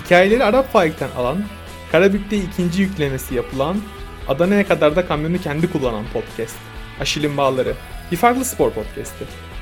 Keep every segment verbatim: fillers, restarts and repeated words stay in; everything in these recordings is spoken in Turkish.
Hikayeleri Arap Faik'ten alan, Karabük'te ikinci yüklemesi yapılan, Adana'ya kadar da kamyonu kendi kullanan podcast. Aşil'in Bağları, bir farklı spor podcast'i.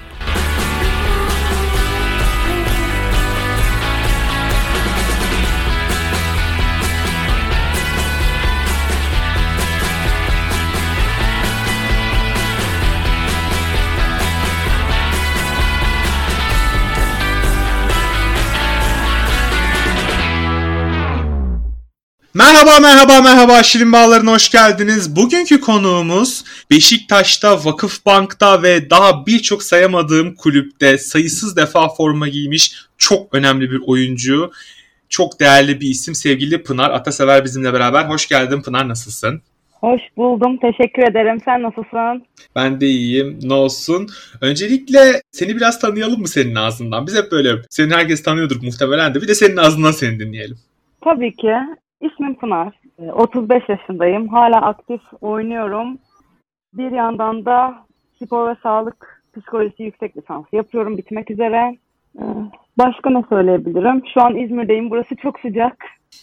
Merhaba merhaba merhaba Aşil'in Bağları'na hoş geldiniz. Bugünkü konuğumuz Beşiktaş'ta, Vakıfbank'ta ve daha birçok sayamadığım kulüpte sayısız defa forma giymiş çok önemli bir oyuncu. Çok değerli bir isim, sevgili Pınar Atasever bizimle beraber. Hoş geldin Pınar, nasılsın? Hoş buldum, teşekkür ederim. Sen nasılsın? Ben de iyiyim, ne olsun. Öncelikle seni biraz tanıyalım mı senin ağzından? Biz hep böyle, seni herkes tanıyordur muhtemelen de, bir de senin ağzından seni dinleyelim. Tabii ki. İsmim Pınar. otuz beş yaşındayım. Hala aktif oynuyorum. Bir yandan da spor ve sağlık psikolojisi yüksek lisans yapıyorum. Bitmek üzere. Başka ne söyleyebilirim? Şu an İzmir'deyim. Burası çok sıcak.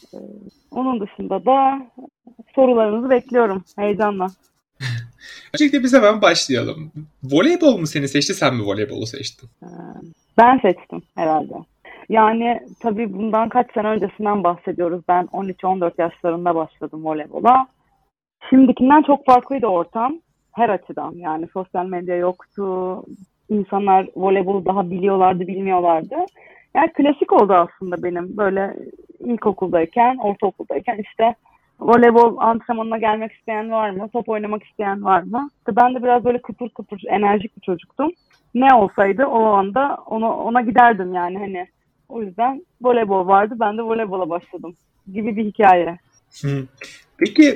Onun dışında da sorularınızı bekliyorum heyecanla. Öncelikle biz hemen başlayalım. Voleybol mu seni seçti, sen mi voleybolu seçtin? Ben seçtim herhalde. Yani tabii bundan kaç sene öncesinden bahsediyoruz. Ben on üç on dört yaşlarında başladım voleybola. Şimdikinden çok farklıydı ortam. Her açıdan. Yani sosyal medya yoktu. İnsanlar voleybolu daha biliyorlardı, bilmiyorlardı. Yani klasik oldu aslında benim. Böyle ilkokuldayken, ortaokuldayken işte voleybol antrenmanına gelmek isteyen var mı? Top oynamak isteyen var mı? İşte ben de biraz böyle kıpır kıpır, enerjik bir çocuktum. Ne olsaydı o anda ona, ona giderdim yani hani. O yüzden voleybol vardı. Ben de voleybola başladım gibi bir hikaye. Hı. Peki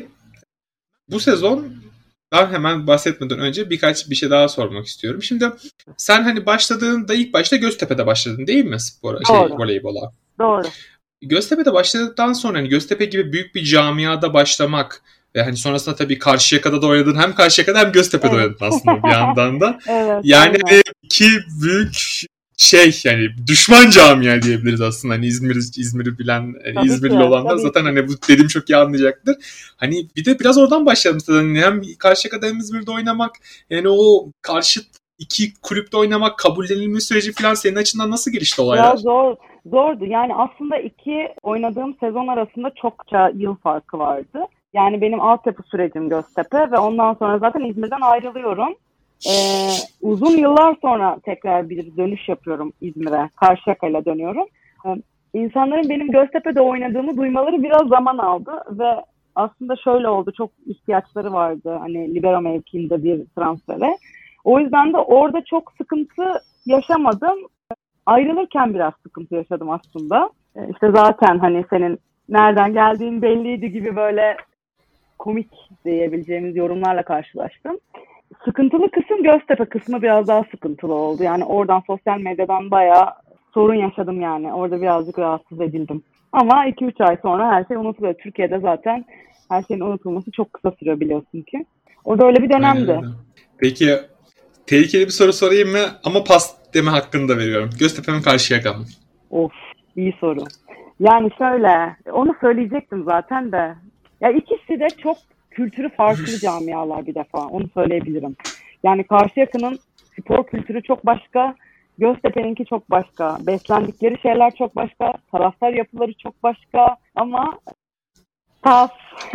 bu sezon, ben hemen bahsetmeden önce birkaç bir şey daha sormak istiyorum. Şimdi sen hani başladığında ilk başta Göztepe'de başladın değil mi spora, şey voleybola? Doğru. Göztepe'de başladıktan sonra hani Göztepe gibi büyük bir camiada başlamak ve hani sonrasında tabii Karşıyaka'da da oynadın. Hem Karşıyaka'da hem Göztepe'de evet. oynadın aslında bir yandan da. Evet, yani aynen. iki büyük şey yani düşman camia diyebiliriz aslında. Hani İzmir İzmir'i bilen, yani İzmirli olanlar zaten ki. Hani bu dediğim çok iyi anlayacaktır. Hani bir de biraz oradan başlayalım zaten. Hem Karşıyaka'da hem İzmir'de oynamak, yani o karşı iki kulüpte oynamak, kabullenilme süreci falan senin açından nasıl gelişti olaylar? Ya zor, zordu. Yani aslında iki oynadığım sezon arasında çokça yıl farkı vardı. Yani benim altyapı sürecim Göztepe ve ondan sonra zaten İzmir'den ayrılıyorum. Ee, uzun yıllar sonra tekrar bir dönüş yapıyorum İzmir'e. Karşıyaka'yla dönüyorum. Ee, insanların benim Göztepe'de oynadığımı duymaları biraz zaman aldı ve aslında şöyle oldu. Çok ihtiyaçları vardı hani libero mevkiinde bir transfere. O yüzden de orada çok sıkıntı yaşamadım. Ayrılırken biraz sıkıntı yaşadım aslında. Ee, işte zaten hani senin nereden geldiğin belliydi gibi böyle komik diyebileceğimiz yorumlarla karşılaştım. Sıkıntılı kısım Göztepe kısmı biraz daha sıkıntılı oldu. Yani oradan sosyal medyadan bayağı sorun yaşadım yani. Orada birazcık rahatsız edildim. Ama iki üç ay sonra her şey unutuluyor. Türkiye'de zaten her şeyin unutulması çok kısa sürüyor biliyorsun ki. Orada öyle bir dönemdi. Aynen. Peki tehlikeli bir soru sorayım mı? Ama pas deme hakkını da veriyorum. Göztepe mi Karşıyaka mı? Of, iyi soru. Yani şöyle, onu söyleyecektim zaten de. Ya ikisi de çok kültürü farklı camialar bir defa. Onu söyleyebilirim. Yani Karşıyaka'nın spor kültürü çok başka. Göztepe'ninki çok başka. Beslendikleri şeyler çok başka. Taraftar yapıları çok başka. Ama pas.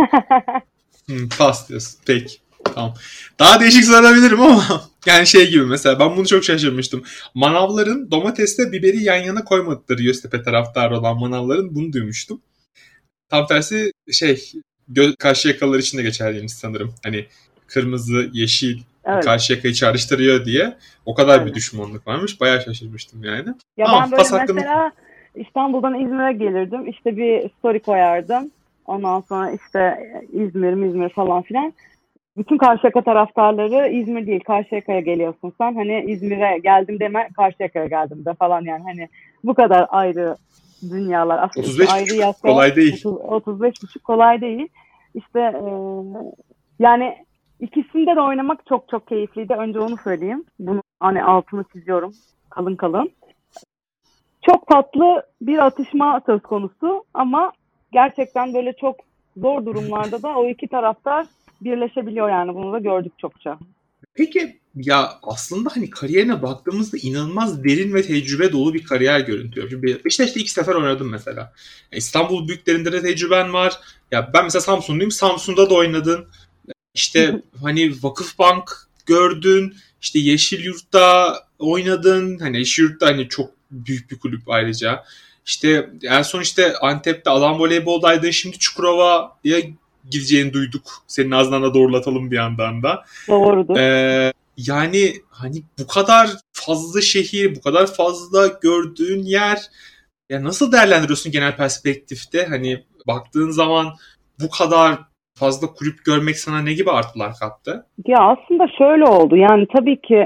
hmm, pas diyorsun. Peki. Tamam. Daha değişik sorabilirim ama yani şey gibi mesela ben bunu çok şaşırmıştım. Manavların domatesle biberi yan yana koymadıkları Göztepe taraftarı olan manavların bunu duymuştum. Tam tersi şey Gö- Karşıyakalılar için de geçerliymiş sanırım. Hani kırmızı, yeşil evet. Karşıyaka'yı çağrıştırıyor diye o kadar evet. bir düşmanlık varmış. Bayağı şaşırmıştım yani. Ya Ama ben böyle mesela hakkında... İstanbul'dan İzmir'e gelirdim. İşte bir story koyardım. Ondan sonra işte İzmir, İzmir falan filan. Bütün Karşıyaka taraftarları İzmir değil Karşıyaka'ya geliyorsun sen. Hani İzmir'e geldim deme Karşıyaka'ya geldim de falan yani. Hani bu kadar ayrı dünyalar. Aslında otuz beş ayrı yasa, kolay değil. otuz beş buçuk kolay değil. İşte e, yani ikisinde de oynamak çok çok keyifliydi. Önce onu söyleyeyim. Bunu hani altını çiziyorum kalın kalın. çok tatlı bir atışma söz konusu ama gerçekten böyle çok zor durumlarda da o iki taraftar birleşebiliyor yani bunu da gördük çokça. Peki ya aslında hani kariyerine baktığımızda inanılmaz derin ve tecrübe dolu bir kariyer görüntülüyor. Şimdi Beşiktaş'ta iki sefer oynadım mesela. İstanbul büyüklerinde de tecrüben var. Ya ben mesela Samsunluyum. Samsun'da da oynadın. İşte hani Vakıfbank gördün. İşte Yeşilyurt'ta oynadın. Hani Yeşilyurt'ta hani çok büyük bir kulüp ayrıca. İşte en son işte Antep'te alan voleyboldaydın. Şimdi Çukurova'ya gideceğini duyduk. Senin ağzından da doğrulatalım bir yandan da. Doğrudur. Ee, yani hani bu kadar fazla şehir, bu kadar fazla gördüğün yer ya nasıl değerlendiriyorsun genel perspektifte? Hani baktığın zaman bu kadar fazla kulüp görmek sana ne gibi artılar kattı? Ya aslında şöyle oldu. Yani tabii ki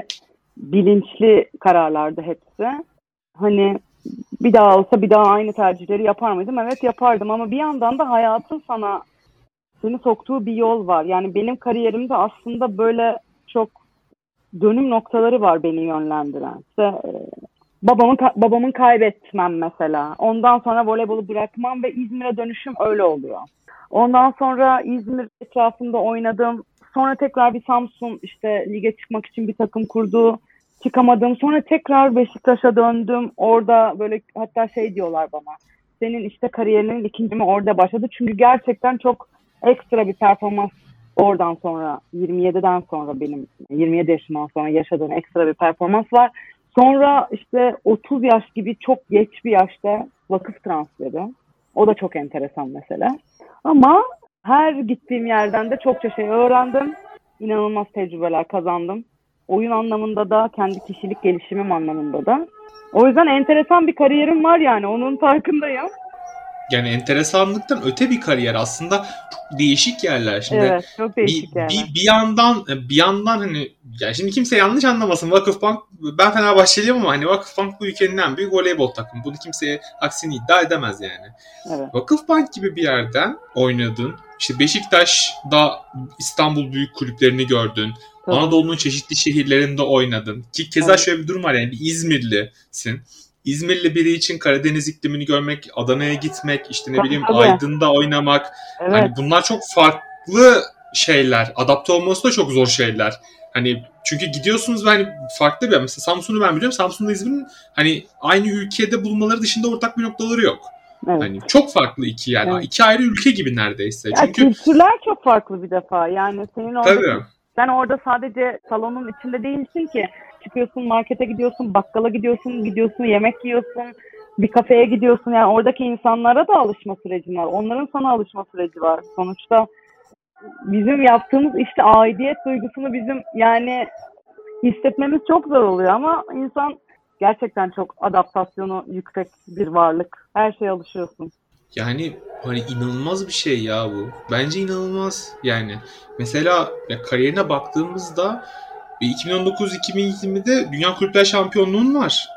bilinçli kararlardı hepsi. Hani bir daha olsa bir daha aynı tercihleri yapar mıydım? Evet yapardım ama bir yandan da hayatın sana seni soktuğu bir yol var. Yani benim kariyerimde aslında böyle çok dönüm noktaları var beni yönlendiren. İşte e, babamın babamın kaybetmem mesela. Ondan sonra voleybolu bırakmam ve İzmir'e dönüşüm öyle oluyor. Ondan sonra İzmir etrafında oynadım. Sonra tekrar bir Samsun işte lige çıkmak için bir takım kurdu. Çıkamadım. Sonra tekrar Beşiktaş'a döndüm. Orada böyle hatta şey diyorlar bana. Senin işte kariyerinin ikinci mi orada başladı. Çünkü gerçekten çok ekstra bir performans oradan sonra yirmi yediden sonra benim yirmi yedi yaşından sonra yaşadığım ekstra bir performans var. Sonra işte otuz yaş gibi çok geç bir yaşta vakıf transferi. O da çok enteresan mesela. Ama her gittiğim yerden de çokça şey öğrendim. İnanılmaz tecrübeler kazandım. Oyun anlamında da, kendi kişilik gelişimim anlamında da. O yüzden enteresan bir kariyerim var yani. Onun farkındayım. Yani enteresanlıktan öte bir kariyer aslında çok değişik yerler. Şimdi evet, çok değişik bir, yerler. Bir, bir yandan bir yandan hani yani şimdi kimse yanlış anlamasın. Vakıfbank, ben Fenerbahçeliyim ama hani Vakıfbank bu ülkenin en büyük voleybol takımı. Bunu kimseye aksini iddia edemez yani. Evet. Vakıfbank gibi bir yerden oynadın. İşte Beşiktaş'da İstanbul büyük kulüplerini gördün. Tabii. Anadolu'nun çeşitli şehirlerinde oynadın. Ki keza evet. Şöyle bir durum var yani bir İzmirlisin. İzmirli biri için Karadeniz iklimini görmek, Adana'ya gitmek, işte ne bileyim Tabii. Aydın'da oynamak. Evet. Hani bunlar çok farklı şeyler. Adapte olması da çok zor şeyler. Hani çünkü gidiyorsunuz ve hani farklı bir mesela Samsun'u ben biliyorum. Samsun'la İzmir'in hani aynı ülkede bulunmaları dışında ortak bir noktaları yok. Evet. Hani çok farklı iki yer. Evet. İki ayrı ülke gibi neredeyse. Ya çünkü kültürler çok farklı bir defa. Yani senin orada Tabii. sen orada sadece salonun içinde değilsin ki. Çıkıyorsun, markete gidiyorsun, bakkala gidiyorsun, gidiyorsun, yemek yiyorsun, bir kafeye gidiyorsun. Yani oradaki insanlara da alışma süreci var. Onların sana alışma süreci var. Sonuçta bizim yaptığımız işte aidiyet duygusunu bizim yani hissetmemiz çok zor oluyor ama insan gerçekten çok adaptasyonu yüksek bir varlık. Her şeye alışıyorsun. Yani hani inanılmaz bir şey ya bu. Bence inanılmaz yani. Mesela ya kariyerine baktığımızda iki bin on dokuz iki bin yirmide Dünya Kulüpler Şampiyonluğun var.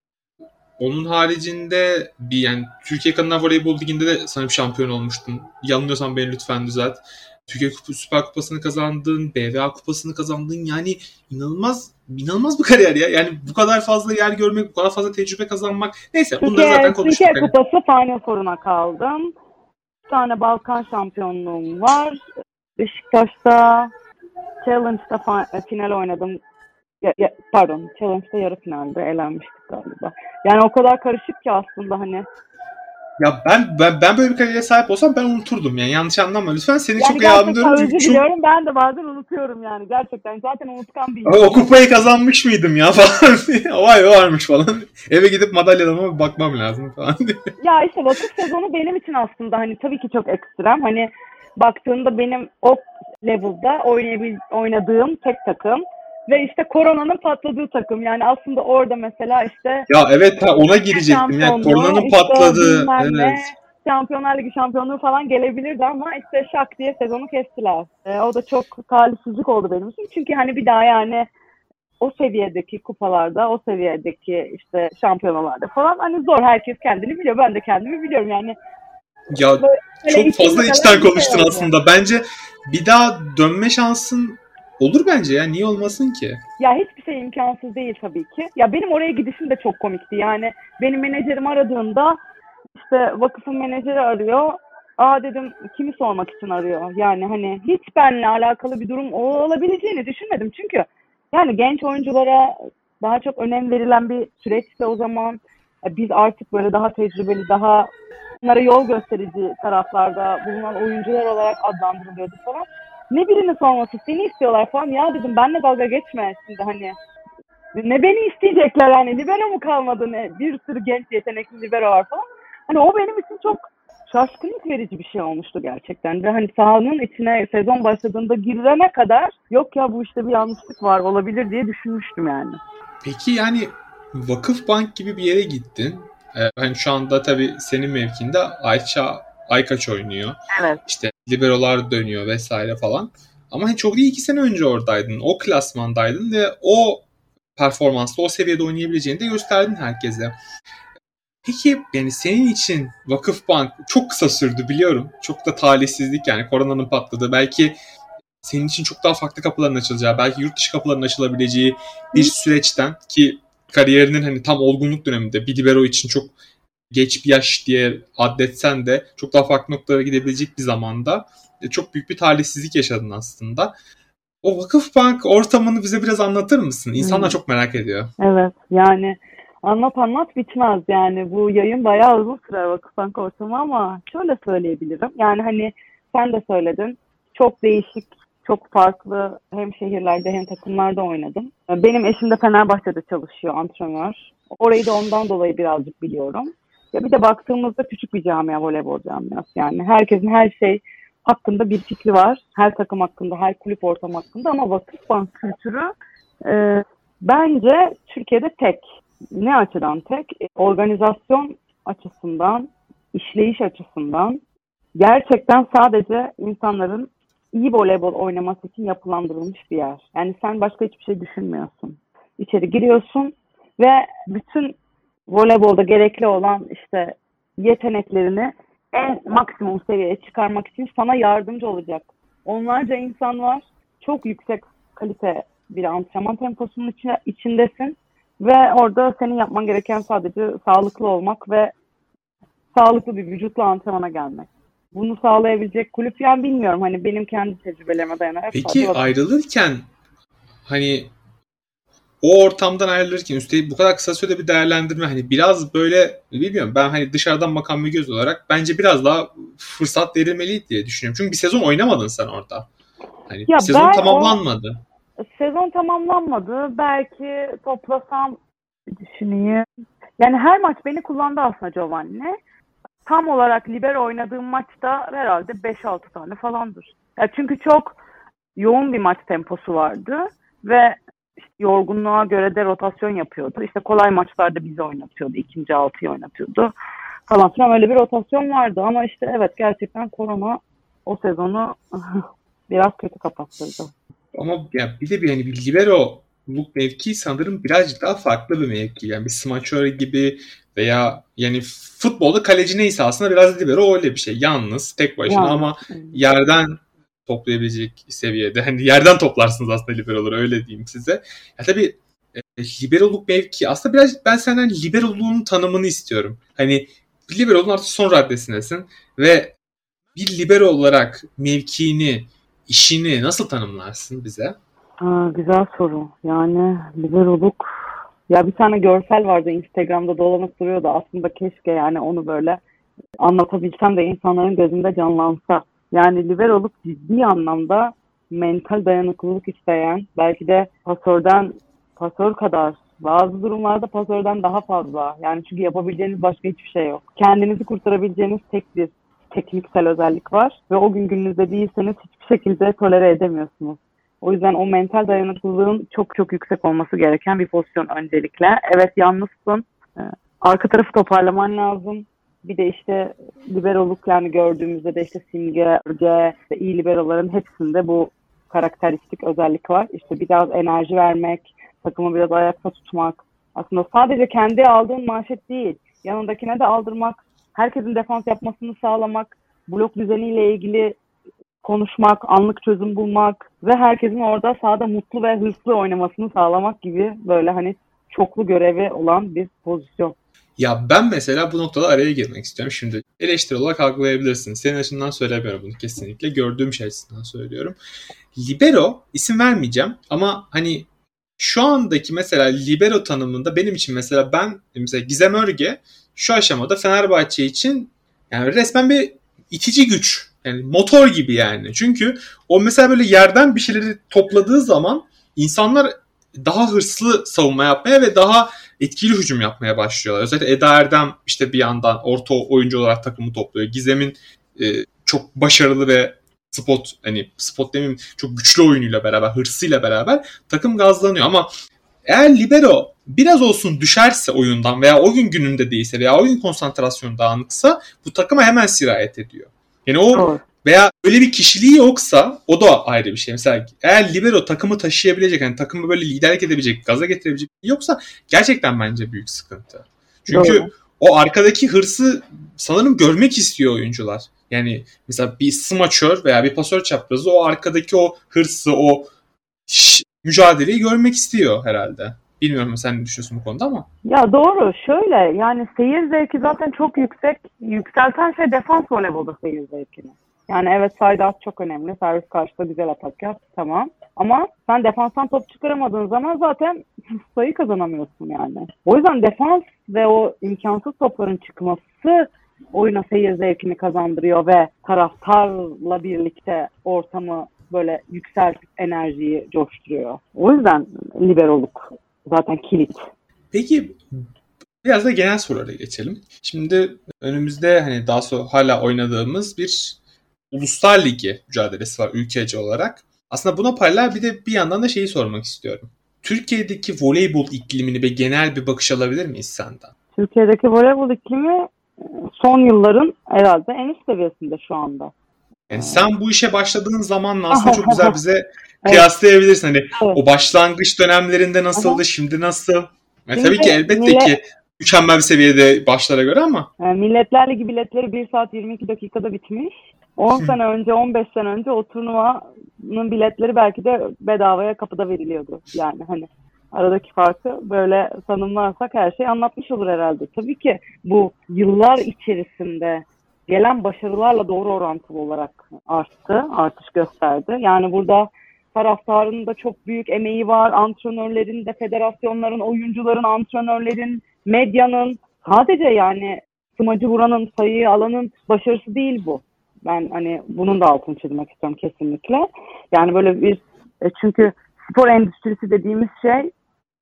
Onun haricinde bir yani Türkiye Kadınlar Voleybol Ligi'nde de sanırım şampiyon olmuştun. Yanılıyorsam beni lütfen düzelt. Türkiye Süper Kupası'nı kazandın, B V A Kupası'nı kazandın. Yani inanılmaz inanılmaz bir kariyer ya. Yani bu kadar fazla yer görmek, bu kadar fazla tecrübe kazanmak. Neyse Türkiye, bunları zaten konuştuk. Türkiye yani. Kupası Final Four'una kaldım. Bir tane Balkan şampiyonluğum var. Beşiktaş'ta Challenge'da final oynadım. Ya, ya, pardon, Challenge'da yarı finalde elenmiştik galiba. Yani o kadar karışık ki aslında hani. Ya ben ben ben böyle bir kariyere sahip olsam ben unuturdum yani yanlış anlama lütfen seni yani çok iyi anlıyorum. Gerçekten özür diliyorum ben de bazen unutuyorum yani gerçekten zaten unutkan bir insan. O kupayı kazanmış mıydım ya falan vay varmış falan eve gidip madalyalarıma bakmam lazım falan. Ya işte vakıf sezonu benim için aslında hani tabii ki çok ekstrem hani baktığında benim o level'da oynayabil oynadığım tek takım. Ve işte koronanın patladığı takım. Yani aslında orada mesela işte... Ya evet ha ona girecektim. Yani koronanın işte patladığı... Evet. Ne, Şampiyonlar Ligi şampiyonluğu falan gelebilirdi ama işte şak diye sezonu kestiler. E, o da çok talihsizlik oldu benim için. Çünkü hani bir daha yani o seviyedeki kupalarda, o seviyedeki işte şampiyonalarda falan hani zor. Herkes kendini biliyor. Ben de kendimi biliyorum yani. Ya böyle, böyle çok fazla içten konuştun şey aslında. Bence bir daha dönme şansın olur bence ya. Niye olmasın ki? Ya hiçbir şey imkansız değil tabii ki. Ya benim oraya gidişim de çok komikti. Yani benim menajerim aradığında işte vakıfın menajeri arıyor. Aa dedim kimi sormak için arıyor. Yani hani hiç benimle alakalı bir durum olabileceğini düşünmedim. Çünkü yani genç oyunculara daha çok önem verilen bir süreçte o zaman biz artık böyle daha tecrübeli, daha onlara yol gösterici taraflarda bulunan oyuncular olarak adlandırılıyorduk falan. Ne birini sorması, seni istiyorlar falan. Ya dedim benle dalga geçme şimdi hani. Ne beni isteyecekler yani. Libero mu kalmadı ne? Bir sürü genç yetenekli libero var falan. Hani o benim için çok şaşkınlık verici bir şey olmuştu gerçekten. Ve hani sahanın içine sezon başladığında girene kadar yok ya bu işte bir yanlışlık var olabilir diye düşünmüştüm yani. Peki yani Vakıfbank gibi bir yere gittin. Ee, hani şu anda tabii senin mevkinde Ayça Aykaç oynuyor. Evet. İşte liberolar dönüyor vesaire falan. Ama hani çok değil iki sene önce oradaydın. O klasmandaydın ve o performansla o seviyede oynayabileceğini de gösterdin herkese. Peki yani senin için Vakıfbank çok kısa sürdü biliyorum. Çok da talihsizlik yani koronanın patladığı. Belki senin için çok daha farklı kapıların açılacağı, belki yurt dışı kapıların açılabileceği bir süreçten ki kariyerinin hani tam olgunluk döneminde bir libero için çok geç bir yaş diye addetsen de çok daha farklı noktalara gidebilecek bir zamanda çok büyük bir talihsizlik yaşadın aslında. O Vakıfbank ortamını bize biraz anlatır mısın? İnsanlar hmm. çok merak ediyor. Evet yani anlat anlat bitmez yani bu yayın bayağı uzun sürer Vakıfbank ortamı ama şöyle söyleyebilirim. Yani hani sen de söyledin çok değişik, çok farklı hem şehirlerde hem takımlarda oynadım. Benim eşim de Fenerbahçe'de çalışıyor antrenör. Orayı da ondan dolayı birazcık biliyorum. Ya bir de baktığımızda küçük bir camia, voleybol camiası yani. Herkesin her şey hakkında bir fikri var. Her takım hakkında, her kulüp ortamı hakkında ama Vakıfbank kültürü e, bence Türkiye'de tek. Ne açıdan tek? E, organizasyon açısından, işleyiş açısından gerçekten sadece insanların iyi voleybol oynaması için yapılandırılmış bir yer. Yani sen başka hiçbir şey düşünmüyorsun. İçeri giriyorsun ve bütün voleybolda gerekli olan işte yeteneklerini en maksimum seviyeye çıkarmak için sana yardımcı olacak onlarca insan var. Çok yüksek kalite bir antrenman temposunun içine, içindesin ve orada senin yapman gereken sadece sağlıklı olmak ve sağlıklı bir vücutla antrenmana gelmek. Bunu sağlayabilecek kulüp yani bilmiyorum. Hani benim kendi tecrübelerime dayanarak. Peki ayrılırken hani o ortamdan ayrılırken üstelik bu kadar kısa sürede bir değerlendirme hani biraz böyle bilmiyorum ben hani dışarıdan bakan bir göz olarak bence biraz daha fırsat verilmeliydi diye düşünüyorum. Çünkü bir sezon oynamadın sen orada. Hani ya sezon tamamlanmadı. O, sezon tamamlanmadı. Belki toplasam düşüneyim. Yani her maç beni kullandı aslında Giovanni. Tam olarak libero oynadığım maçta herhalde beş altı tane falandır. Ya çünkü çok yoğun bir maç temposu vardı ve işte yorgunluğa göre de rotasyon yapıyordu. İşte kolay maçlarda bizi oynatıyordu. İkinci altıyı oynatıyordu. Falan filan öyle bir rotasyon vardı. Ama işte evet gerçekten korona o sezonu biraz kötü kapattırdı. Ama ya bir de bir hani bir liberoluk mevki sanırım birazcık daha farklı bir mevki. Yani bir smaçör gibi veya yani futbolda kaleci neyse aslında biraz libero öyle bir şey. Yalnız tek başına yani. Ama yerden toplayabilecek seviyede. Hani yerden toplarsınız aslında liberoları öyle diyeyim size. Ya tabii e, liberoluk mevki aslında biraz ben senden liberoluğun tanımını istiyorum. Hani liberolun artık son raddesindesin ve bir libero olarak mevkiini, işini nasıl tanımlarsın bize? Aa, güzel soru. Yani liberoluk ya bir tane görsel vardı Instagram'da dolanıp duruyordu. Aslında keşke yani onu böyle anlatabilsem de insanların gözünde canlansa. Yani liberoluk ciddi anlamda mental dayanıklılık isteyen, belki de pasörden, pasör kadar, bazı durumlarda pasörden daha fazla. Yani çünkü yapabileceğiniz başka hiçbir şey yok. Kendinizi kurtarabileceğiniz tek bir tekniksel özellik var ve o gün gününüzde değilseniz hiçbir şekilde tolere edemiyorsunuz. O yüzden o mental dayanıklılığın çok çok yüksek olması gereken bir pozisyon öncelikle. Evet yalnızsın, arka tarafı toparlaman lazım. Bir de işte liberoluk yani gördüğümüzde de işte Simge, Örge, iyi liberoların hepsinde bu karakteristik özellik var. İşte biraz enerji vermek, takımı biraz ayakta tutmak. Aslında sadece kendi aldığın manşet değil, yanındakine de aldırmak, herkesin defans yapmasını sağlamak, blok düzeniyle ilgili konuşmak, anlık çözüm bulmak ve herkesin orada sahada mutlu ve hırslı oynamasını sağlamak gibi böyle hani çoklu görevi olan bir pozisyon. Ya ben mesela bu noktada araya girmek istiyorum. Şimdi eleştiri olarak algılayabilirsin. Senin açından söylemiyorum bunu kesinlikle. Gördüğüm şey açısından söylüyorum. Libero, isim vermeyeceğim ama hani şu andaki mesela libero tanımında benim için mesela ben mesela Gizem Örge şu aşamada Fenerbahçe için yani resmen bir itici güç. Yani motor gibi yani. Çünkü o mesela böyle yerden bir şeyleri topladığı zaman insanlar daha hırslı savunma yapmaya ve daha etkili hücum yapmaya başlıyorlar. Özellikle Eda Erdem işte bir yandan orta oyuncu olarak takımı topluyor. Gizem'in e, çok başarılı ve spot hani spot demeyeyim çok güçlü oyunuyla beraber, hırsıyla beraber takım gazlanıyor. Ama eğer libero biraz olsun düşerse oyundan veya o gün gününde değilse veya o gün konsantrasyon dağınıksa bu takıma hemen sirayet ediyor. Yani o veya öyle bir kişiliği yoksa o da ayrı bir şey. Mesela eğer libero takımı taşıyabilecek, yani takımı böyle liderlik edebilecek, gaza getirebilecek yoksa gerçekten bence büyük sıkıntı. Çünkü doğru. O arkadaki hırsı sanırım görmek istiyor oyuncular. Yani mesela bir smaçör veya bir pasör çaprazı o arkadaki o hırsı, o şş, mücadeleyi görmek istiyor herhalde. Bilmiyorum sen ne düşünüyorsun bu konuda ama. Ya doğru. Şöyle yani seyir zevki zaten çok yüksek. Yükselten şey defans voleybolda seyir zevkini. Yani evet sayda çok önemli. Servis karşıda güzel atak yap. Tamam. Ama sen defanstan top çıkaramadığın zaman zaten sayı kazanamıyorsun yani. O yüzden defans ve o imkansız topların çıkması oyuna seyir zevkini kazandırıyor ve taraftarla birlikte ortamı böyle yükseltip enerjiyi coşturuyor. O yüzden liberoluk zaten kilit. Peki biraz da genel sorulara geçelim. Şimdi önümüzde hani daha sonra hala oynadığımız bir Uluslar Ligi mücadelesi var ülkece olarak. Aslında buna paralel bir de bir yandan da şeyi sormak istiyorum. Türkiye'deki voleybol iklimini ve genel bir bakış alabilir miyiz senden? Türkiye'deki voleybol iklimi son yılların herhalde en üst seviyesinde şu anda. Yani sen bu işe başladığın zamanla aslında çok güzel bize kıyaslayabilirsin. Hani evet. O başlangıç dönemlerinde nasıldı, evet. Şimdi nasıl? Yani şimdi tabii ki elbette millet... ki mükemmel bir seviyede başlara göre ama. Yani Milletler Ligi biletleri bir saat yirmi iki dakikada bitmiş. on sene önce, on beş sene önce o turnuvanın biletleri belki de bedavaya kapıda veriliyordu. Yani hani aradaki farkı böyle tanımlarsak her şey anlatmış olur herhalde. Tabii ki bu yıllar içerisinde gelen başarılarla doğru orantılı olarak arttı, artış gösterdi. Yani burada taraftarın da çok büyük emeği var, antrenörlerin de, federasyonların, oyuncuların, antrenörlerin, medyanın, sadece yani smacı vuranın, sayıyı alanın başarısı değil bu. Ben hani bunun da altını çizmek istiyorum kesinlikle. Yani böyle bir, çünkü spor endüstrisi dediğimiz şey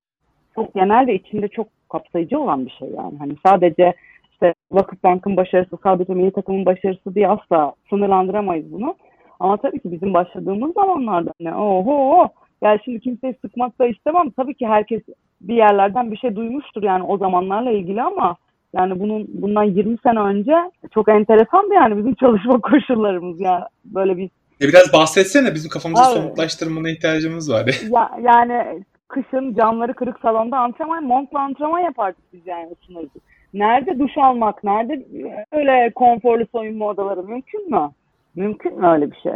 çok genel ve içinde çok kapsayıcı olan bir şey yani. Hani sadece işte Vakıfbank'ın başarısı, sadece milli takımın başarısı diye asla sınırlandıramayız bunu. Ama tabii ki bizim başladığımız zamanlarda ne oho yani şimdi kimseyi sıkmak da istemem. Tabii ki herkes bir yerlerden bir şey duymuştur yani o zamanlarla ilgili ama yani bunun bundan yirmi sene önce çok enteresandı yani bizim çalışma koşullarımız ya böyle bir. E biraz bahsetsene, bizim kafamızı abi, somutlaştırmana ihtiyacımız var. Ya, yani kışın camları kırık salonda antrenman, montla antrenman yapardık biz yani ısınırdık. Nerede duş almak, nerede öyle konforlu soyunma odaları mümkün mü? Mümkün mü öyle bir şey?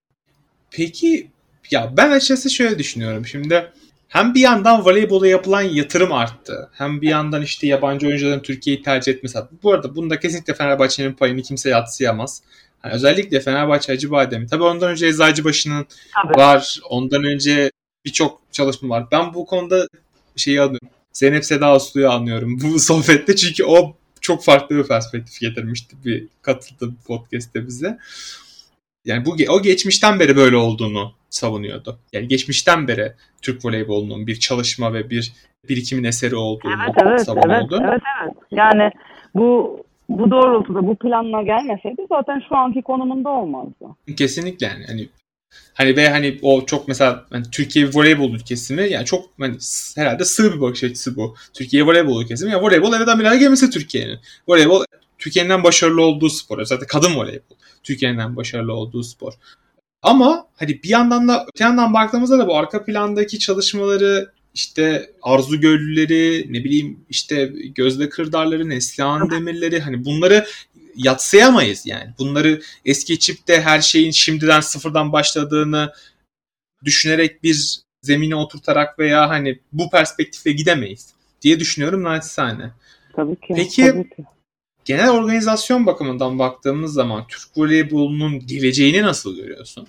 Peki ya ben açıkçası şöyle düşünüyorum. Şimdi hem bir yandan voleybola yapılan yatırım arttı. Hem bir yandan işte yabancı oyuncuların Türkiye'yi tercih etmesi arttı. Bu arada bunda kesinlikle Fenerbahçe'nin payını kimse yadsıyamaz. Yani özellikle Fenerbahçe Hacıbadem'i. Tabii ondan önce Eczacıbaşı'nın Tabii. var. Ondan önce birçok çalışma var. Ben bu konuda şeyi anlıyorum. Zeynep Seda Uslu'yu anlıyorum bu sohbette. Çünkü o çok farklı bir perspektif getirmişti. Bir katıldı podcast'te bize. Yani bu o geçmişten beri böyle olduğunu savunuyordu. Yani geçmişten beri Türk voleybolunun bir çalışma ve bir birikimin eseri olduğunu evet, evet, savunuyordu. Evet, evet, evet. Yani bu bu doğrultuda bu planla gelmeseydi zaten şu anki konumunda olmazdı. Kesinlikle yani hani hani ve hani o çok mesela hani Türkiye bir voleybol ülkesi mi? Yani çok hani herhalde sığ bir bakış açısı bu. Türkiye voleybol ülkesi mi? Ya voleybol evet amiral gemisi Türkiye'nin. Voleybol Türkiye'nin en başarılı olduğu spor. Zaten kadın voleybol Türkiye'nin en başarılı olduğu spor. Ama hani bir yandan da öte yandan baktığımızda da bu arka plandaki çalışmaları işte Arzu Göllüleri, ne bileyim işte Gözde Kırdarları, Neslihan Demirleri hani bunları yadsıyamayız yani. Bunları es geçip de her şeyin şimdiden sıfırdan başladığını düşünerek bir zemine oturtarak veya hani bu perspektifle gidemeyiz diye düşünüyorum naçizane. Tabii ki. Peki tabii ki. Genel organizasyon bakımından baktığımız zaman Türk voleybolunun geleceğini nasıl görüyorsun?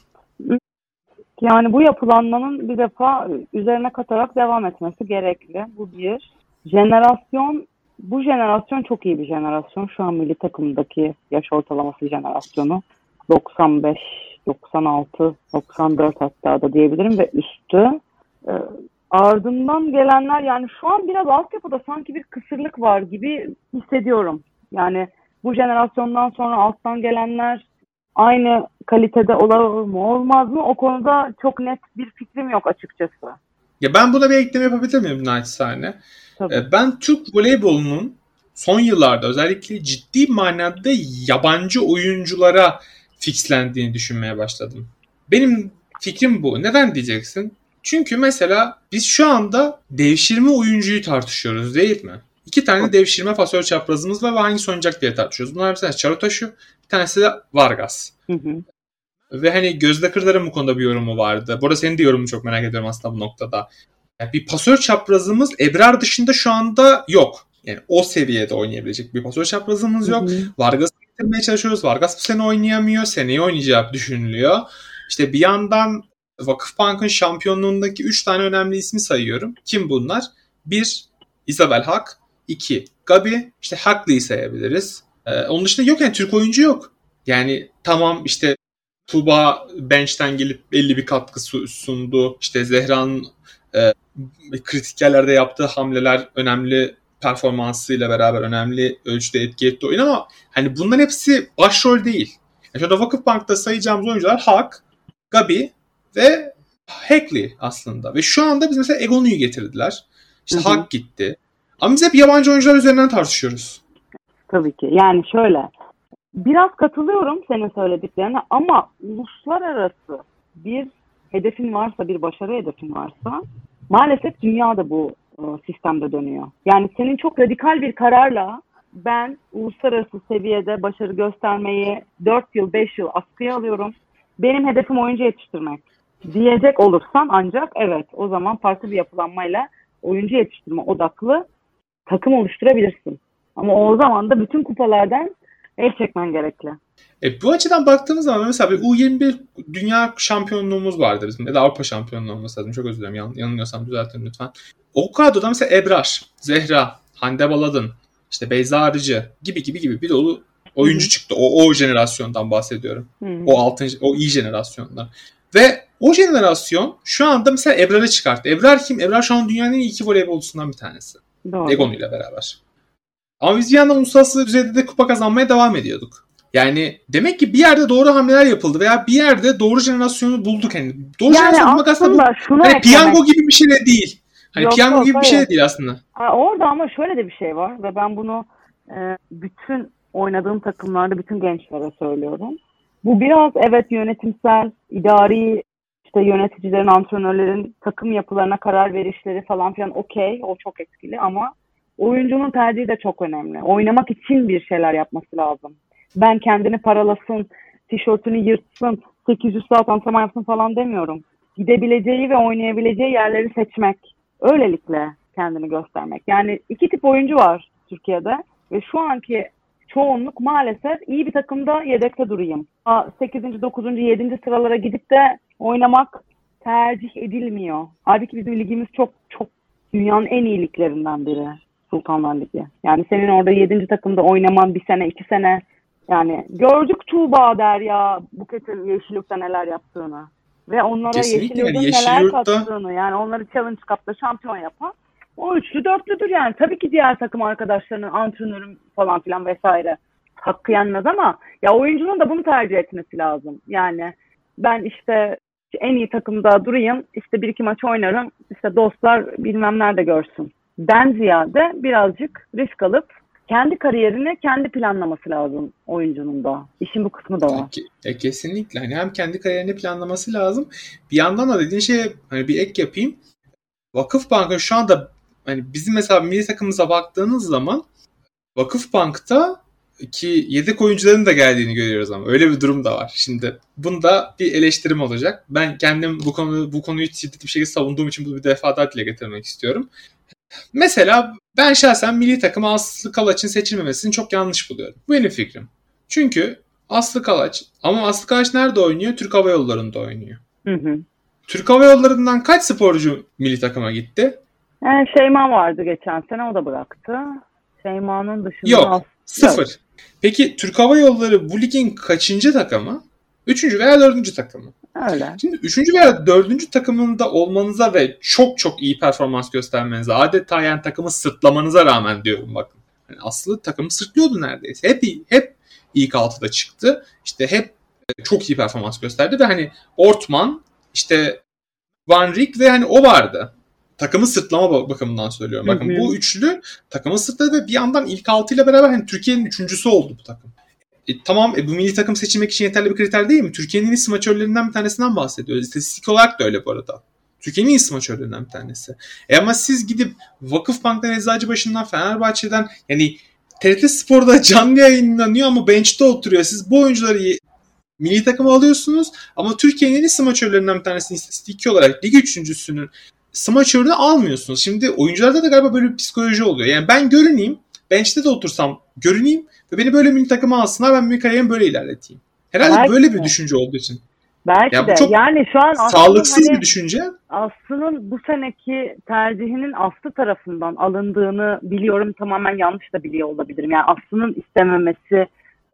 Yani bu yapılanmanın bir defa üzerine katarak devam etmesi gerekli. Bu bir. Jenerasyon, bu jenerasyon çok iyi bir jenerasyon. Şu an milli takımdaki yaş ortalaması jenerasyonu doksan beş, doksan altı, doksan dört hatta da diyebilirim ve üstü. Ee, ardından gelenler yani şu an biraz altyapıda sanki bir kısırlık var gibi hissediyorum. Yani bu jenerasyondan sonra alttan gelenler aynı kalitede olur mu olmaz mı? O konuda çok net bir fikrim yok açıkçası. Ya ben buna bir ekleme yapabilir miyim naçizane? Tabii. Ben Türk voleybolunun son yıllarda özellikle ciddi manada yabancı oyunculara fixlendiğini düşünmeye başladım. Benim fikrim bu. Neden diyeceksin? Çünkü mesela biz şu anda devşirme oyuncuyu tartışıyoruz değil mi? İki tane devşirme pasör çaprazımız var ve hangisi oynayacak diye tartışıyoruz. Bunlar bir tanesi Çarotaşu, bir tanesi de Vargas. Hı hı. Ve hani Gözde Kırdar'ın bu konuda bir yorumu vardı. Bu arada senin de yorumunu çok merak ediyorum aslında bu noktada. Yani bir pasör çaprazımız Ebrar dışında şu anda yok. Yani o seviyede oynayabilecek bir pasör çaprazımız yok. Hı hı. Vargas'ı getirmeye çalışıyoruz. Vargas bu sene oynayamıyor. Seneye oynayacağı düşünülüyor. İşte bir yandan Vakıfbank'ın şampiyonluğundaki üç tane önemli ismi sayıyorum. Kim bunlar? Bir, Isabel Hak. İki, Gabi. İşte Haklıyı sayabiliriz. Ee, onun dışında yok yani Türk oyuncu yok. Yani tamam işte Tuğba bench'ten gelip belli bir katkı sundu. İşte Zehra'nın e, kritik yerlerde yaptığı hamleler önemli performansıyla beraber önemli ölçüde etki etti oyun ama hani bunların hepsi başrol değil. Yani şurada Vakıfbank'ta sayacağımız oyuncular Hak, Gabi ve Hackley aslında. Ve şu anda biz mesela Egonu'yu getirdiler. İşte hı hı. Hak gitti. Ama biz hep yabancı oyuncular üzerinden tartışıyoruz. Tabii ki. Yani şöyle. Biraz katılıyorum senin söylediklerine ama uluslararası bir hedefin varsa, bir başarı hedefin varsa maalesef dünyada bu sistemde dönüyor. Yani senin çok radikal bir kararla ben uluslararası seviyede başarı göstermeyi dört yıl, beş yıl askıya alıyorum. Benim hedefim oyuncu yetiştirmek diyecek olursan ancak evet o zaman farklı bir yapılanmayla oyuncu yetiştirme odaklı takım oluşturabilirsin. Ama o zaman da bütün kupalardan el çekmen gerekli. E, bu açıdan baktığımız zaman mesela bir U yirmi bir dünya şampiyonluğumuz vardı bizim ya da Avrupa şampiyonluğumuz lazım. Çok özür dilerim. Yan, yanılıyorsam düzeltin lütfen. O kadroda mesela Ebrar, Zehra, Hande Baladın, işte Beyza Arıcı gibi gibi gibi bir dolu oyuncu Hı-hı. çıktı. O o jenerasyondan bahsediyorum. Hı-hı. O altıncı o iyi jenerasyondan. Ve o jenerasyon şu anda mesela Ebrar'ı çıkarttı. Ebrar kim? Ebrar şu an dünyanın en iyi iki voleybolcusundan bir tanesi. Doğru. Egonu'yla beraber. Ama biz bir yandan uluslararası düzeyde de kupa kazanmaya devam ediyorduk. Yani demek ki bir yerde doğru hamleler yapıldı veya bir yerde doğru jenerasyonu bulduk. Yani doğru yani jenerasyon bulmak aslında bu hani piyango gibi bir şey de değil. Hani yok, piyango yok, gibi hayır. bir şey de değil aslında. Ha, orada ama şöyle de bir şey var ve ben bunu e, bütün oynadığım takımlarda bütün gençlere söylüyorum. Bu biraz evet yönetimsel, idari işte yöneticilerin, antrenörlerin takım yapılarına karar verişleri falan filan okey. O çok etkili ama oyuncunun tercihi de çok önemli. Oynamak için bir şeyler yapması lazım. Ben kendini paralasın, tişörtünü yırtsın, sekiz yüz saat antrenman yapsın falan demiyorum. Gidebileceği ve oynayabileceği yerleri seçmek. Öylelikle kendini göstermek. Yani iki tip oyuncu var Türkiye'de ve şu anki çoğunluk maalesef iyi bir takımda yedekte durayım. sekizinci, dokuzuncu, yedinci sıralara gidip de oynamak tercih edilmiyor. Halbuki bizim ligimiz çok çok dünyanın en iyi liglerinden biri. Sultanlar Ligi. Yani senin orada yedinci takımda oynaman bir sene, iki sene yani gördük Tuğba der ya Buket'in Yeşilyurt'ta neler yaptığını ve onlara Yeşilyurt'ta yani neler kattığını yani onları Challenge Cup'ta şampiyon yapan o üçlü dörtlüdür yani. Tabii ki diğer takım arkadaşlarının antrenörüm falan filan vesaire hakkı yenmez ama ya oyuncunun da bunu tercih etmesi lazım. Yani ben işte en iyi takımda durayım işte bir iki maç oynarım işte dostlar bilmem nerede görsün. Ben ziyade birazcık risk alıp kendi kariyerini kendi planlaması lazım oyuncunun da. İşin bu kısmı da var. E, kesinlikle. Hani hem kendi kariyerini planlaması lazım. Bir yandan da dediğin şeye hani bir ek yapayım. Vakıfbank'ın şu anda hani bizim mesela milli takımımıza baktığınız zaman Vakıfbank'ta ki yedek oyuncuların da geldiğini görüyoruz ama öyle bir durum da var. Şimdi bunda bir eleştirim olacak. Ben kendim bu konu bu konuyu şiddetli bir şekilde savunduğum için bunu bir defa daha dile getirmek istiyorum. Mesela ben şahsen milli takıma Aslı Kalaç'ın seçilmemesini çok yanlış buluyorum. Bu benim fikrim. Çünkü Aslı Kalaç, ama Aslı Kalaç nerede oynuyor? Türk Hava Yolları'nda oynuyor. Hı hı. Türk Hava Yolları'ndan kaç sporcu milli takıma gitti? Yani Şeyma vardı geçen sene, o da bıraktı. Şeyma'nın dışında... Yok, az... sıfır. Yok. Peki Türk Hava Yolları bu ligin kaçıncı takımı? Üçüncü veya dördüncü takımı. Öyle. Şimdi üçüncü veya dördüncü takımında olmanıza ve çok çok iyi performans göstermenize, adeta yani takımı sırtlamanıza rağmen diyorum bakın. Yani Aslı takımı sırtlıyordu neredeyse. Hep iyi, hep ilk altıda çıktı. İşte hep çok iyi performans gösterdi ve hani Ortman, işte Van Rijk ve hani o vardı. Takımı sırtlama bakımından söylüyorum. Bakın hı hı. Bu üçlü takımı sırtladı ve bir yandan ilk altı ile beraber hani Türkiye'nin üçüncüsü oldu bu takım. E, tamam e, bu milli takım seçilmek için yeterli bir kriter değil mi? Türkiye'nin en iyi smaçörlerinden bir tanesinden bahsediyoruz. İstatistik olarak da öyle bu arada. Türkiye'nin en iyi smaçörlerinden bir tanesi. E ama siz gidip Vakıfbank'tan, Eczacıbaşı'ndan, Fenerbahçe'den, yani T R T Spor'da canlı yayınlanıyor ama bench'te oturuyor. Siz bu oyuncuları milli takıma alıyorsunuz ama Türkiye'nin en iyi smaçörlerinden bir tanesini istatistiki olarak lig üçüncüsünün smaçörünü almıyorsunuz. Şimdi oyuncularda da galiba böyle bir psikoloji oluyor. Yani ben görüneyim, bench'te de otursam görüneyim ve beni böyle milli takıma alsınlar, ben büyük kariyerimi böyle ilerleteyim. Herhalde belki böyle de. bir düşünce olduğu için. Belki ya de. çok yani şu an sağlıksız hani, bir düşünce. Aslı'nın bu seneki tercihinin Aslı tarafından alındığını biliyorum. Tamamen yanlış da biliyor olabilirim. Yani Aslı'nın istememesi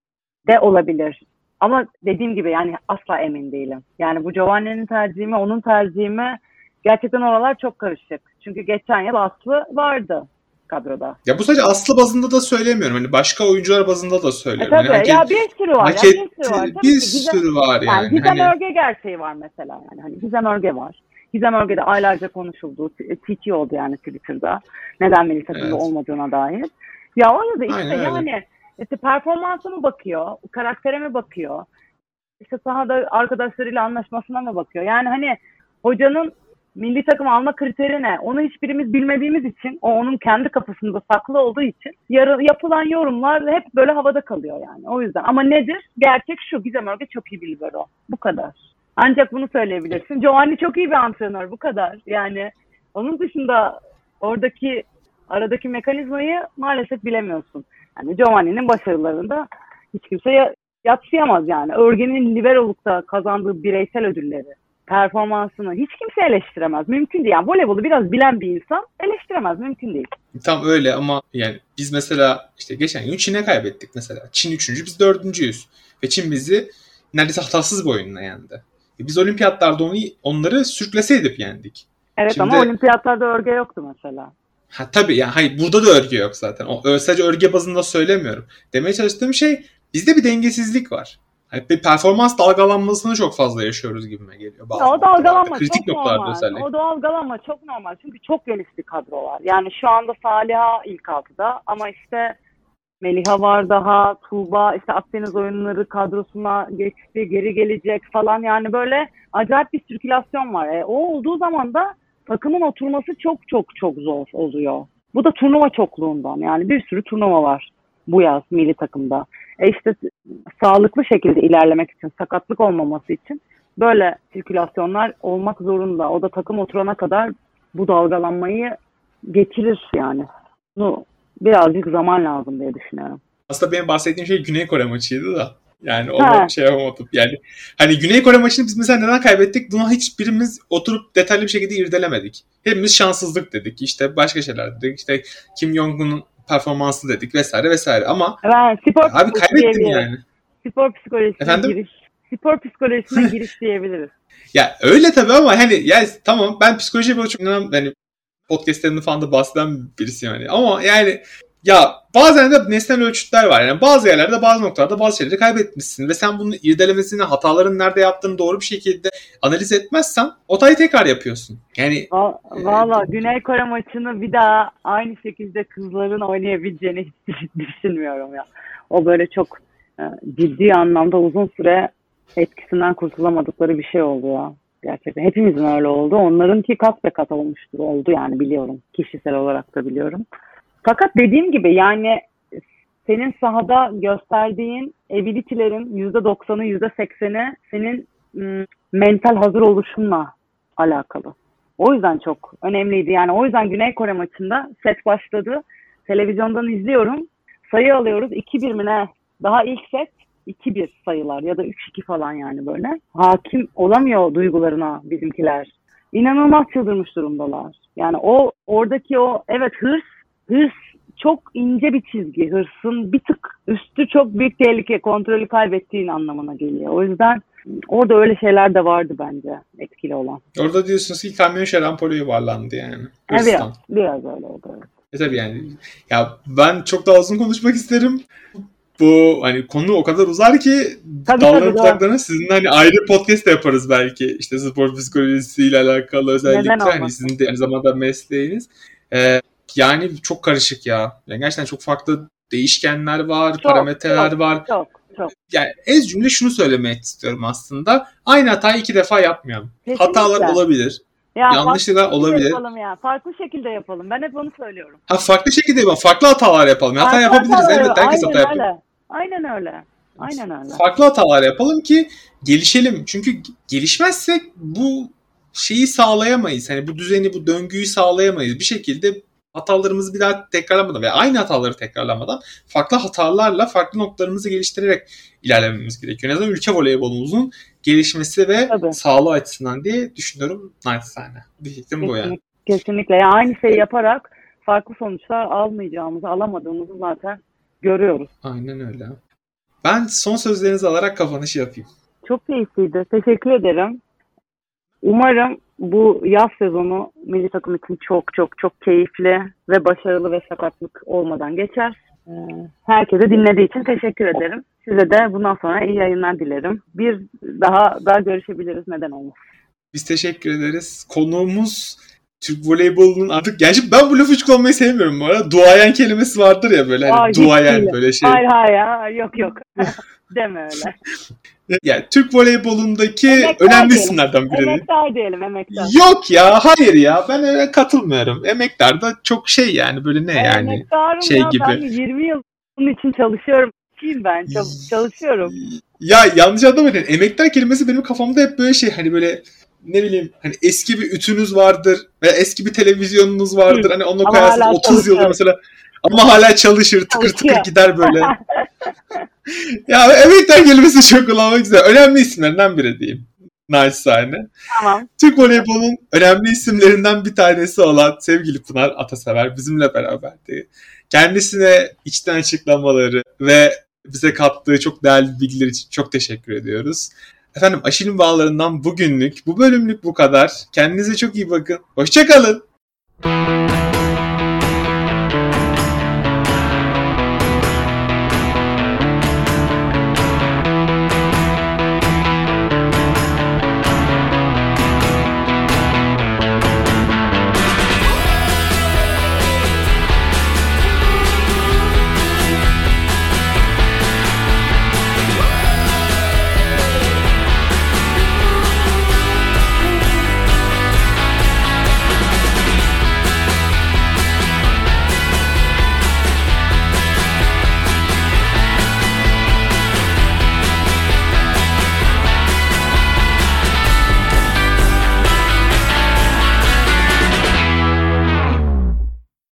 de olabilir. Ama dediğim gibi yani asla emin değilim. Yani bu Giovanni'nin tercihi mi, onun tercihi mi? Gerçekten oralar çok karışık. Çünkü geçen yıl Aslı vardı kadroda. Ya bu sadece Aslı bazında da söylemiyorum. Hani başka oyuncular bazında da söylüyorum. E tabii hani ya bir sürü var. Hak Ya, et, bir sürü var. Tabii bir Gizem, sürü var yani. yani Gizem hani... Örge gerçeği var mesela. Yani hani Gizem Örge var. Gizem Örge'de aylarca konuşuldu. T T oldu yani Twitter'da. Neden milli takımda evet. olmadığına dair. Ya o da işte aynen yani öyle. İşte performansa mı bakıyor? Karaktere mi bakıyor? İşte sahada arkadaşlarıyla anlaşmasına mı bakıyor? Yani hani hocanın milli takım alma kriteri ne? Onu hiçbirimiz bilmediğimiz için, o onun kendi kafasında saklı olduğu için yarı, yapılan yorumlar hep böyle havada kalıyor yani. O yüzden. Ama nedir? Gerçek şu: Gizem Örge çok iyi bir libero. Bu kadar. Ancak bunu söyleyebilirsin. Giovanni çok iyi bir antrenör. Bu kadar. Yani onun dışında oradaki aradaki mekanizmayı maalesef bilemiyorsun. Yani Giovanni'nin başarılarında hiç kimse yatsıyamaz yani. Örge'nin liberolukta kazandığı bireysel ödülleri, performansını hiç kimse eleştiremez. Mümkün değil. Yani voleybolu biraz bilen bir insan eleştiremez. Mümkün değil. Tam öyle ama yani biz mesela işte geçen gün Çin'e kaybettik mesela. Çin üçüncü, biz dördüncüyüz. Ve Çin bizi neredeyse hatasız bir oyunla yendi. E biz olimpiyatlarda onu, onları sürklese edip yendik. Evet. Şimdi, ama olimpiyatlarda Örge yoktu mesela. Ha tabii yani hayır, burada da örgü yok zaten. O sadece örgü bazında söylemiyorum. Demeye çalıştığım şey, bizde bir dengesizlik var. Hani bir performans dalgalanmasını çok fazla yaşıyoruz gibime geliyor. Ya o dalgalanma kritik çok normal. özellikle. O dalgalanma çok normal. Çünkü çok geniş bir kadro var. Yani şu anda Saliha ilk altıda ama işte Meliha var daha, Tuğba işte Akdeniz oyunları kadrosuna geçti, geri gelecek falan. Yani böyle acayip bir sirkülasyon var. E, o olduğu zaman da takımın oturması çok çok çok zor oluyor. Bu da turnuva çokluğundan. Yani bir sürü turnuva var bu yaz milli takımda. E işte sağlıklı şekilde ilerlemek için, sakatlık olmaması için böyle sirkülasyonlar olmak zorunda. O da takım oturana kadar bu dalgalanmayı getirir yani. Bu birazcık zaman lazım diye düşünüyorum. Aslında benim bahsettiğim şey Güney Kore maçıydı da. Yani onu He. şey yapamadım. Yani hani Güney Kore maçını biz mesela neden kaybettik? Buna hiçbirimiz oturup detaylı bir şekilde irdelemedik. Hepimiz şanssızlık dedik. İşte başka şeyler dedik. İşte Kim Jong-un'un performansı dedik vesaire vesaire ama evet, spor abi kaybettin yani. Spor psikolojisine Efendim? giriş. Spor psikolojisine giriş diyebiliriz. Ya öyle tabii ama hani ya tamam, ben psikolojiye böyle çok inanan, hani podcastlerinde falan da bahseden birisiyim hani. Ama yani ya bazen de nesnel ölçütler var. Yani bazı yerlerde, bazı noktalarda bazı şeyleri kaybetmişsin ve sen bunun irdelemesini, hataların nerede yaptığını doğru bir şekilde analiz etmezsen hatayı tekrar yapıyorsun. Yani valla e, Güney Kore maçını bir daha aynı şekilde kızların oynayabileceğini hiç düşünmüyorum ya. O böyle çok e, ciddi anlamda uzun süre etkisinden kurtulamadıkları bir şey oldu ya. Gerçekten hepimizin öyle oldu. Onlarınki kat be kat olmuştur. Oldu yani, biliyorum. Kişisel olarak da biliyorum. Fakat dediğim gibi yani senin sahada gösterdiğin ability'lerin yüzde doksanı, yüzde sekseni senin m- mental hazır oluşunla alakalı. O yüzden çok önemliydi. Yani o yüzden Güney Kore maçında set başladı. Televizyondan izliyorum. Sayı alıyoruz. iki bir mi ne? Daha ilk set iki bir sayılar ya da üç iki falan yani böyle. Hakim olamıyor duygularına bizimkiler. İnanılmaz çıldırmış durumdalar. Yani o oradaki o evet hırs, hırs çok ince bir çizgi. Hırsın bir tık üstü çok büyük tehlike, kontrolü kaybettiğin anlamına geliyor. O yüzden orada öyle şeyler de vardı bence etkili olan. Orada diyorsunuz ki kamyon şarampole yuvarlandı yani. Evet, biraz, biraz öyle oldu. Evet. E tabii yani. Ya ben çok daha uzun konuşmak isterim. Bu hani konu o kadar uzar ki dalların kulaklarına sizinle hani ayrı podcast da yaparız belki. İşte spor psikolojisiyle alakalı özellikle hani sizin de aynı zamanda mesleğiniz. Ee, yani çok karışık ya. Yani gerçekten çok farklı değişkenler var, çok, parametreler çok, var. Çok, çok. Yani ez cümle şunu söylemek istiyorum aslında. Aynı hatayı iki defa yapmayalım. Kesinlikle. Hatalar olabilir. Ya yanlışlıklar olabilir. Yapalım ya. Farklı şekilde yapalım. Ben hep onu söylüyorum. Ha farklı şekilde yapalım. Farklı hatalar yapalım. Hata farklı yapabiliriz hatalar, elbette. Herkes hata yapıyor. Öyle. Aynen öyle. Aynen öyle. Farklı hatalar yapalım ki gelişelim. Çünkü gelişmezsek bu şeyi sağlayamayız. Hani bu düzeni, bu döngüyü sağlayamayız. Bir şekilde hatalarımızı bir daha tekrarlamadan veya aynı hataları tekrarlamadan farklı hatalarla farklı noktalarımızı geliştirerek ilerlememiz gerekiyor. En azından ülke voleybolumuzun gelişmesi ve Tabii. sağlığı açısından diye düşünüyorum. Naçizane. Bir fikrim bu yani. Kesinlikle. Yani aynı şeyi yaparak farklı sonuçlar almayacağımızı, alamadığımızı zaten görüyoruz. Aynen öyle. Ben son sözlerinizi alarak kapanışı yapayım. Çok keyifliydi. Teşekkür ederim. Umarım bu yaz sezonu milli takım için çok çok çok keyifli ve başarılı ve sakatlık olmadan geçer. Herkese dinlediği için teşekkür ederim. Size de bundan sonra iyi yayınlar dilerim. Bir daha daha görüşebiliriz. Neden olmasın? Biz teşekkür ederiz. Konuğumuz Türk voleybolunun artık... Gerçi ben bu lafı hiç kullanmayı sevmiyorum bu arada. Duayen kelimesi vardır ya böyle. Hani duayen böyle şey. Hayır hayır ya. Yok yok. Deme öyle. Yani Türk voleybolundaki emektar önemli diyelim. isimlerden biri. Emektar diyelim emektar. Yok ya hayır ya ben öyle katılmıyorum. Emektar da çok şey yani böyle ne yani Emektarım şey ya, gibi. Ben yirmi yıl bunun için çalışıyorum. Kim ben çalışıyorum. Ya yanlış anlamayın. Emektar kelimesi benim kafamda hep böyle şey hani böyle ne bileyim hani eski bir ütünüz vardır veya eski bir televizyonunuz vardır. Hı. Hani onu koyarsınız otuz yıldır mesela. Ama hala çalışır, tıkır tıkır gider böyle. Ya emektar kelimesi çok kullanmak güzel. Önemli isimlerinden biri diyeyim. Naçizane. Tamam. Türk voleybolunun önemli isimlerinden bir tanesi olan sevgili Pınar Atasever bizimle beraberdi. Kendisine içten açıklamaları ve bize kattığı çok değerli bilgiler için çok teşekkür ediyoruz. Efendim Aşil'in bağlarından bugünlük, bu bölümlük bu kadar. Kendinize çok iyi bakın. Hoşça kalın.